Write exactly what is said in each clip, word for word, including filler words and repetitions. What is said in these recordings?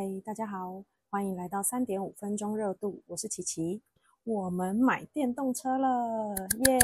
嗨，大家好，欢迎来到三点五分钟热度，我是琪琪。我们买电动车了，耶！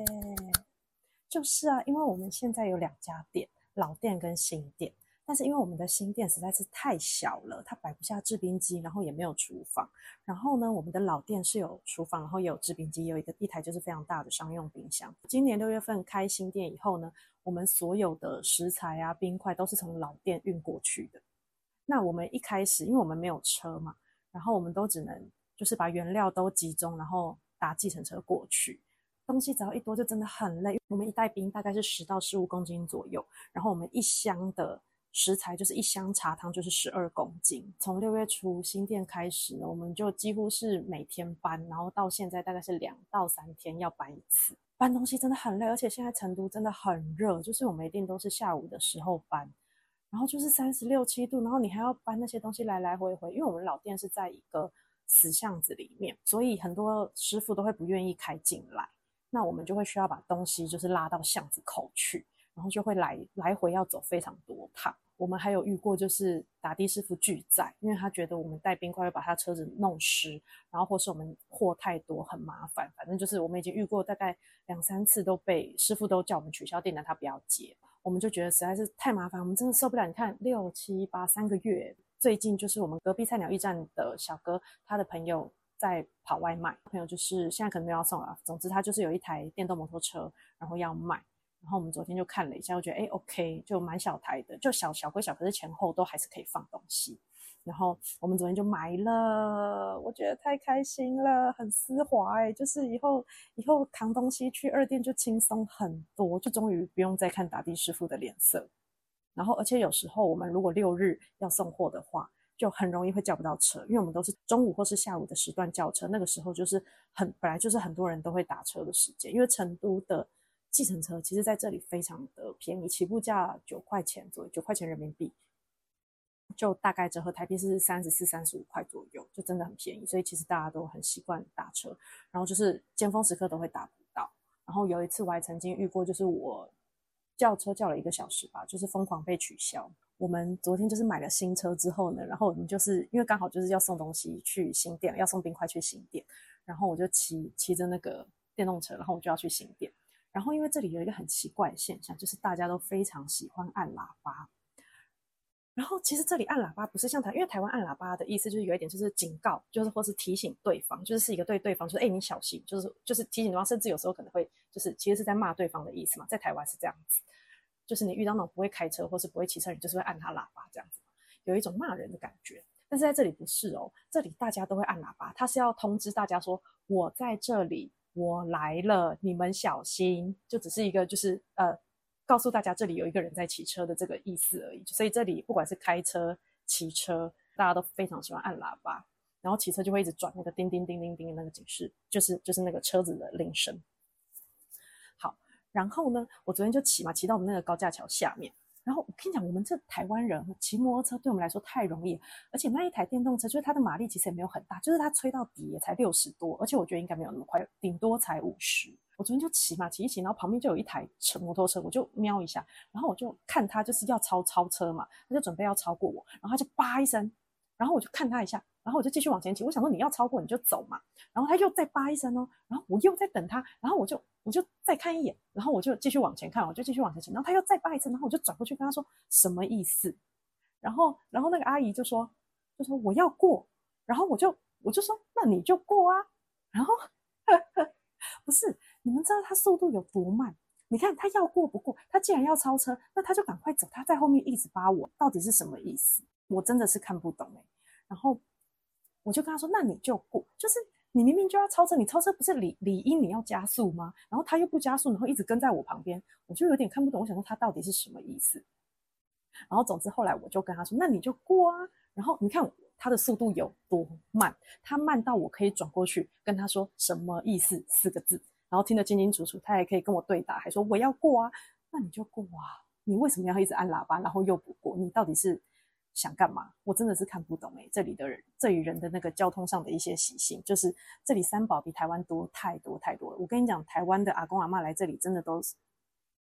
就是啊，因为我们现在有两家店，老店跟新店，但是因为我们的新店实在是太小了，它摆不下制冰机，然后也没有厨房。然后呢，我们的老店是有厨房，然后也有制冰机，有一个一台就是非常大的商用冰箱。今年六月份开新店以后呢，我们所有的食材啊、冰块都是从老店运过去的。那我们一开始，因为我们没有车嘛，然后我们都只能就是把原料都集中，然后搭计程车过去。东西只要一多就真的很累。我们一袋冰大概是十到十五公斤左右，然后我们一箱的食材就是一箱茶汤就是十二公斤。从六月初新店开始呢，我们就几乎是每天搬，然后到现在大概是两到三天要搬一次。搬东西真的很累，而且现在成都真的很热，就是我们一定都是下午的时候搬。然后就是三十六七度，然后你还要搬那些东西来来回回，因为我们老店是在一个死巷子里面，所以很多师傅都会不愿意开进来，那我们就会需要把东西就是拉到巷子口去，然后就会来来回要走非常多趟。我们还有遇过就是打的师傅拒载，因为他觉得我们带冰块会把他车子弄湿，然后或是我们货太多很麻烦，反正就是我们已经遇过大概两三次都被师傅都叫我们取消订单，他不要接。我们就觉得实在是太麻烦，我们真的受不了。你看六七八三个月，最近就是我们隔壁菜鸟驿站的小哥，他的朋友在跑外卖，朋友就是现在可能没有要送了，总之他就是有一台电动摩托车，然后要卖。然后我们昨天就看了一下，我觉得哎 OK， 就蛮小台的，就小小归小，可是前后都还是可以放东西。然后我们昨天就买了，我觉得太开心了，很丝滑哎、欸，就是以后以后扛东西去二店就轻松很多，就终于不用再看打的师傅的脸色。然后而且有时候我们如果六日要送货的话，就很容易会叫不到车，因为我们都是中午或是下午的时段叫车，那个时候就是很本来就是很多人都会打车的时间，因为成都的计程车其实在这里非常的便宜，起步价九块钱左右，九块钱人民币，就大概折合台币是三十四、三十五块左右，就真的很便宜，所以其实大家都很习惯打车，然后就是尖峰时刻都会打不到。然后有一次我还曾经遇过，就是我叫车叫了一个小时吧，就是疯狂被取消。我们昨天就是买了新车之后呢，然后我们就是因为刚好就是要送东西去新店，要送冰块去新店，然后我就骑骑着那个电动车，然后我就要去新店。然后因为这里有一个很奇怪的现象，就是大家都非常喜欢按喇叭。然后其实这里按喇叭不是像台，因为台湾按喇叭的意思就是有一点就是警告，就是或是提醒对方，就是是一个对对方，就是哎你小心，就是就是提醒对方，甚至有时候可能会就是其实是在骂对方的意思嘛，在台湾是这样子，就是你遇到那种不会开车或是不会骑车人，就是会按他喇叭这样子，有一种骂人的感觉。但是在这里不是哦，这里大家都会按喇叭，他是要通知大家说我在这里，我来了，你们小心，就只是一个就是呃。告诉大家这里有一个人在骑车的这个意思而已，所以这里不管是开车、骑车，大家都非常喜欢按喇叭，然后骑车就会一直转那个叮叮叮叮叮的那个警示，就是就是那个车子的铃声。好，然后呢，我昨天就骑嘛，骑到我们那个高架桥下面，然后我跟你讲，我们这台湾人骑摩托车对我们来说太容易了，而且那一台电动车就是它的马力其实也没有很大，就是它吹到底也才六十多，而且我觉得应该没有那么快，顶多才五十。我昨天就骑嘛，骑一骑，然后旁边就有一台摩托车，我就瞄一下，然后我就看他就是要超超车嘛，他就准备要超过我，然后他就叭一声，然后我就看他一下，然后我就继续往前骑。我想说你要超过你就走嘛，然后他又再叭一声哦，然后我又在等他，然后我就我就再看一眼，然后我就继续往前看，我就继续往前骑，然后他又再叭一声，然后我就转过去跟他说什么意思？然后然后那个阿姨就说就说我要过，然后我就我就说那你就过啊，然后不是。你们知道他速度有多慢？你看他要过不过，他既然要超车，那他就赶快走，他在后面一直扒我，到底是什么意思？我真的是看不懂欸。然后我就跟他说，那你就过，就是你明明就要超车，你超车不是理理应你要加速吗？然后他又不加速，然后一直跟在我旁边，我就有点看不懂，我想说他到底是什么意思？然后总之后来我就跟他说，那你就过啊。然后你看他的速度有多慢，他慢到我可以转过去跟他说什么意思四个字，然后听得清清楚楚，他还可以跟我对答，还说我要过啊，那你就过啊，你为什么要一直按喇叭，然后又不过？你到底是想干嘛？我真的是看不懂欸，这里的人，这里人的那个交通上的一些习性，就是这里三宝比台湾多太多太多了。我跟你讲，台湾的阿公阿嬷来这里真的都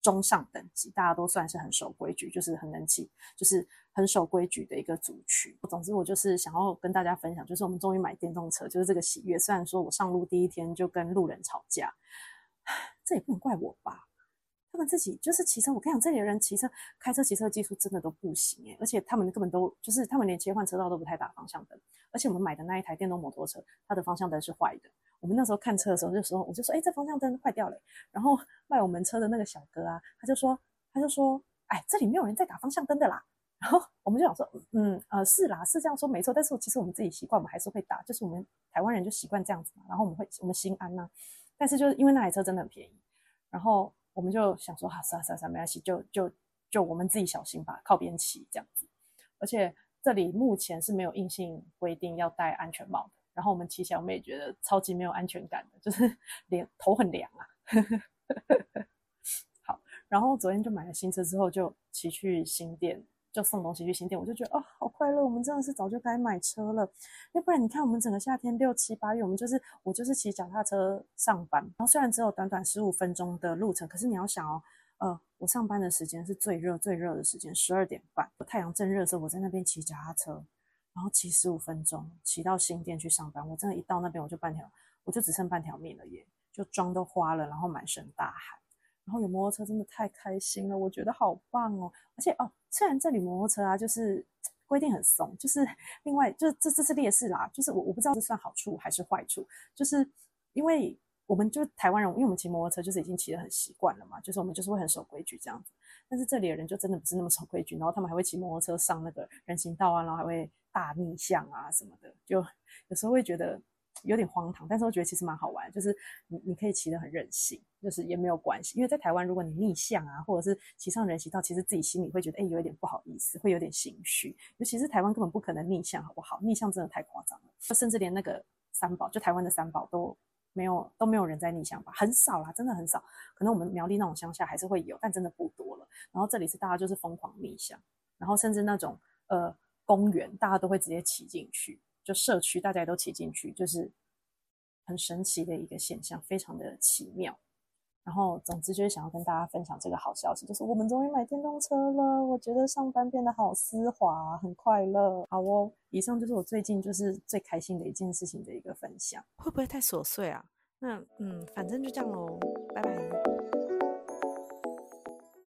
中上等级，大家都算是很守规矩，就是很能骑，就是很守规矩的一个族群。总之我就是想要跟大家分享，就是我们终于买电动车，就是这个喜悦。虽然说我上路第一天就跟路人吵架，这也不能怪我吧，他们自己就是骑车，我跟你讲，这里的人骑车、开车、骑车的技术真的都不行耶，而且他们根本都就是他们连切换车道都不太打方向灯，而且我们买的那一台电动摩托车，它的方向灯是坏的。我们那时候看车的时候，就说我就说，哎，这方向灯坏掉了。然后卖我们车的那个小哥啊，他就说，他就说，哎，这里没有人在打方向灯的啦。然后我们就想说，嗯呃是啦，是这样说没错，但是其实我们自己习惯，我们还是会打，就是我们台湾人就习惯这样子嘛。然后我们会我们心安呐、啊，但是就是因为那台车真的很便宜，然后我们就想说，啊，算了算了算了，没关系，就就就我们自己小心吧，靠边骑这样子。而且这里目前是没有硬性规定要戴安全帽的。然后我们骑起来，我们也觉得超级没有安全感的，就是脸头很凉啊。好，然后昨天就买了新车之后，就骑去新店，就送东西去新店，我就觉得哦，好快乐！我们真的是早就该买车了，要不然你看我们整个夏天六七八月，我们就是我就是骑脚踏车上班，然后虽然只有短短十五分钟的路程，可是你要想哦，呃，我上班的时间是最热最热的时间，十二点半，太阳正热的时候，我在那边骑脚踏车。然后骑十五分钟，骑到新店去上班。我真的，一到那边我就半条，我就只剩半条命了耶，就妆都花了，然后满身大汗。然后有摩托车真的太开心了，我觉得好棒哦！而且哦，虽然这里摩托车啊，就是规定很松，就是另外就这这是劣势啦，就是我我不知道这算好处还是坏处，就是因为我们就台湾人，因为我们骑摩托车就是已经骑得很习惯了嘛，就是我们就是会很守规矩这样子。但是这里的人就真的不是那么守规矩，然后他们还会骑摩托车上那个人行道啊，然后还会大逆向啊什么的，就有时候会觉得有点荒唐，但是我觉得其实蛮好玩，就是你你可以骑得很任性，就是也没有关系，因为在台湾如果你逆向啊，或者是骑上人行道，其实自己心里会觉得哎有一点不好意思，会有点心虚，尤其是台湾根本不可能逆向，好不好？逆向真的太夸张了，甚至连那个三宝，就台湾的三宝都。没有都没有人在逆向吧，很少啦，真的很少。可能我们苗栗那种乡下还是会有，但真的不多了。然后这里是大家就是疯狂逆向，然后甚至那种呃公园，大家都会直接骑进去，就社区大家都骑进去，就是很神奇的一个现象，非常的奇妙。然后总之就是想要跟大家分享这个好消息，就是我们终于买电动车了，我觉得上班变得好丝滑，很快乐。好哦，以上就是我最近就是最开心的一件事情的一个分享，会不会太琐碎啊？那嗯，反正就这样咯，拜拜。